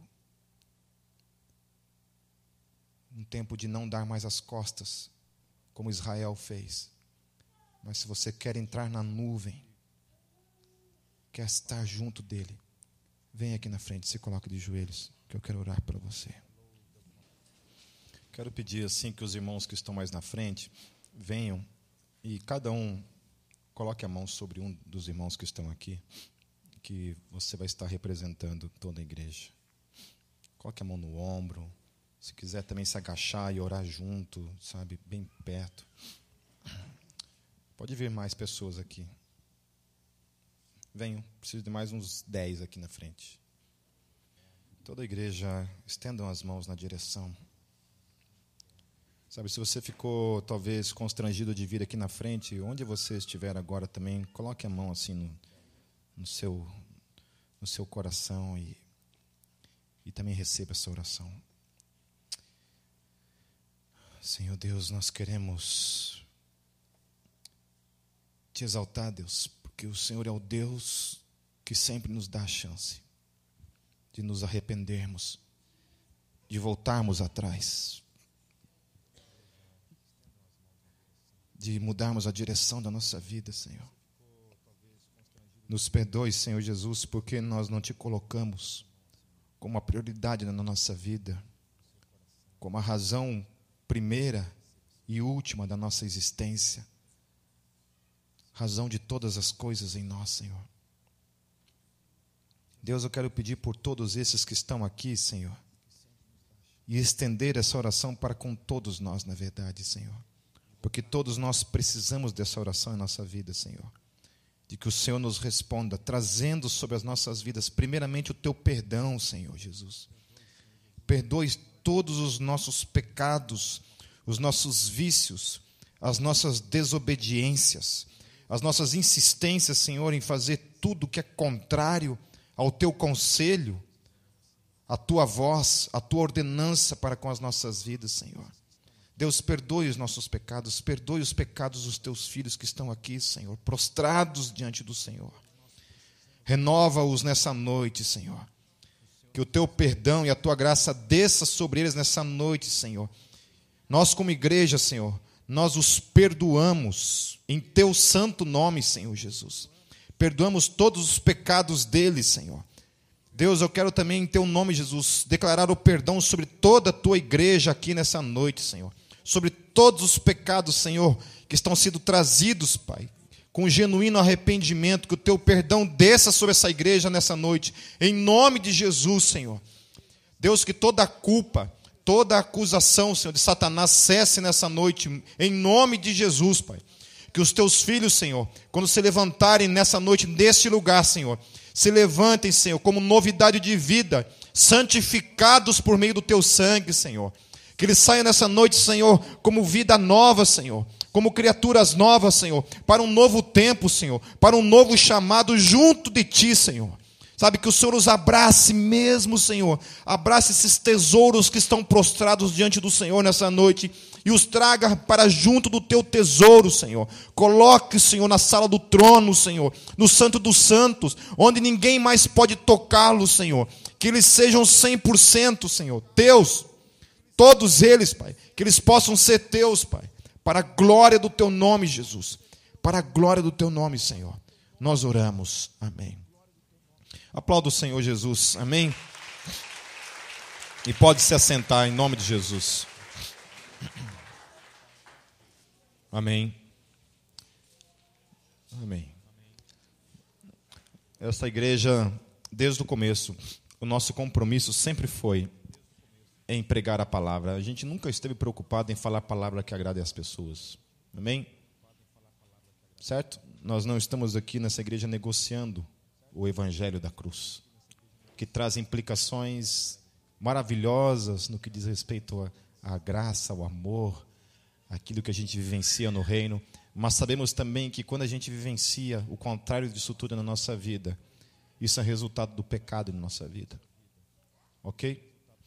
S1: um tempo de não dar mais as costas, como Israel fez, mas se você quer entrar na nuvem, quer estar junto dEle, vem aqui na frente, se coloque de joelhos, que eu quero orar para você. Quero pedir assim que os irmãos que estão mais na frente venham e cada um coloque a mão sobre um dos irmãos que estão aqui, que você vai estar representando toda a igreja. Coloque a mão no ombro, se quiser também se agachar e orar junto, sabe, bem perto. Pode vir mais pessoas aqui. Venham, preciso de mais uns 10 aqui na frente. Toda a igreja, estendam as mãos na direção. Sabe, se você ficou talvez constrangido de vir aqui na frente, onde você estiver agora também, coloque a mão assim no seu coração e também receba essa oração. Senhor Deus, nós queremos te exaltar, Deus, porque o Senhor é o Deus que sempre nos dá a chance de nos arrependermos, de voltarmos atrás, de mudarmos a direção da nossa vida, Senhor. Nos perdoe, Senhor Jesus, porque nós não te colocamos como a prioridade na nossa vida, como a razão primeira e última da nossa existência, razão de todas as coisas em nós, Senhor. Deus, eu quero pedir por todos esses que estão aqui, Senhor, e estender essa oração para com todos nós, na verdade, Senhor. Porque todos nós precisamos dessa oração em nossa vida, Senhor. De que o Senhor nos responda, trazendo sobre as nossas vidas, primeiramente, o teu perdão, Senhor Jesus. Perdoe todos os nossos pecados, os nossos vícios, as nossas desobediências, as nossas insistências, Senhor, em fazer tudo que é contrário ao teu conselho, a tua voz, a tua ordenança para com as nossas vidas, Senhor. Deus, perdoe os nossos pecados, perdoe os pecados dos teus filhos que estão aqui, Senhor, prostrados diante do Senhor. Renova-os nessa noite, Senhor. Que o teu perdão e a tua graça desça sobre eles nessa noite, Senhor. Nós, como igreja, Senhor, nós os perdoamos em teu santo nome, Senhor Jesus. Perdoamos todos os pecados deles, Senhor. Deus, eu quero também, em teu nome, Jesus, declarar o perdão sobre toda a tua igreja aqui nessa noite, Senhor. Sobre todos os pecados, Senhor, que estão sendo trazidos, Pai, com genuíno arrependimento, que o teu perdão desça sobre essa igreja nessa noite, em nome de Jesus, Senhor. Deus, que toda a culpa, toda a acusação, Senhor, de Satanás cesse nessa noite, em nome de Jesus, Pai. Que os teus filhos, Senhor, quando se levantarem nessa noite, neste lugar, Senhor, se levantem, Senhor, como novidade de vida, santificados por meio do teu sangue, Senhor. Que eles saiam nessa noite, Senhor, como vida nova, Senhor, como criaturas novas, Senhor, para um novo tempo, Senhor, para um novo chamado junto de ti, Senhor. Sabe, que o Senhor os abrace mesmo, Senhor. Abrace esses tesouros que estão prostrados diante do Senhor nessa noite e os traga para junto do teu tesouro, Senhor. Coloque, Senhor, na sala do trono, Senhor, no Santo dos Santos, onde ninguém mais pode tocá-los, Senhor. Que eles sejam 100%, Senhor, teus. Todos eles, Pai, que eles possam ser teus, Pai, para a glória do teu nome, Jesus. Para a glória do teu nome, Senhor. Nós oramos. Amém. Aplauda o Senhor Jesus, amém? E pode se assentar em nome de Jesus. Amém. Amém. Essa igreja, desde o começo, o nosso compromisso sempre foi em pregar a palavra. A gente nunca esteve preocupado em falar a palavra que agrade as pessoas. Amém? Certo? Nós não estamos aqui nessa igreja negociando o evangelho da cruz, que traz implicações maravilhosas no que diz respeito à graça, ao amor, aquilo que a gente vivencia no reino, mas sabemos também que quando a gente vivencia o contrário disso tudo na nossa vida, isso é resultado do pecado na nossa vida. Ok?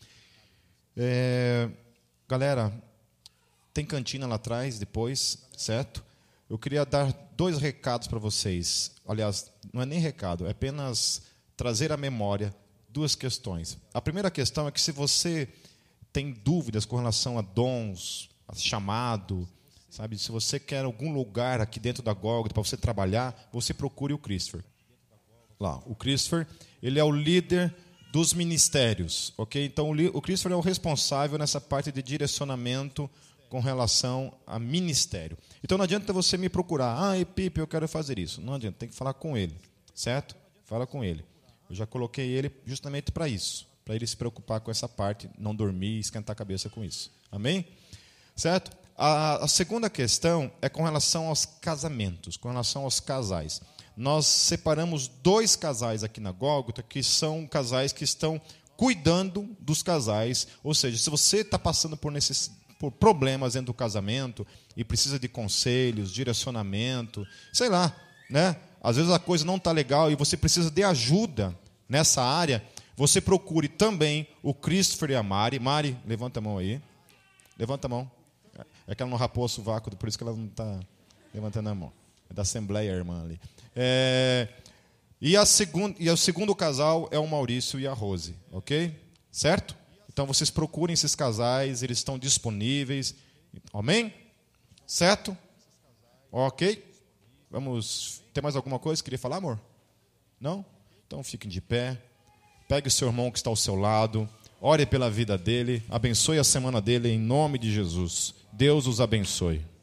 S1: Galera, tem cantina lá atrás, depois, certo? Eu queria dar 2 recados para vocês. Aliás, não é nem recado, é apenas trazer à memória 2 questões. A primeira questão é que se você tem dúvidas com relação a dons, a chamado, sabe? Se você quer algum lugar aqui dentro da Gólgota para você trabalhar, você procure o Christopher. Lá, o Christopher, ele é o líder dos ministérios, ok? Então, o Christopher é o responsável nessa parte de direcionamento com relação a ministério. Então, não adianta você me procurar. Pipe, eu quero fazer isso. Não adianta, tem que falar com ele, certo? Fala com ele. Eu já coloquei ele justamente para isso, para ele se preocupar com essa parte, não dormir e esquentar a cabeça com isso. Amém? Certo? A segunda questão é com relação aos casamentos, com relação aos casais. Nós separamos 2 casais aqui na Gólgota, que são casais que estão cuidando dos casais. Ou seja, se você está passando por problemas dentro do casamento e precisa de conselhos, direcionamento, sei lá, né? Às vezes a coisa não está legal e você precisa de ajuda nessa área, você procure também o Christopher e a Mari. Mari, levanta a mão aí. Levanta a mão. É que ela não rapou o sovaco, por isso que ela não está levantando a mão. É da Assembleia, a irmã ali. E o segundo casal é o Maurício e a Rose, ok? Certo? Então, vocês procurem esses casais, eles estão disponíveis. Amém? Certo? Ok? Vamos... Tem mais alguma coisa que queria falar, amor? Não? Então, fiquem de pé. Pegue o seu irmão que está ao seu lado. Ore pela vida dele. Abençoe a semana dele em nome de Jesus. Deus os abençoe.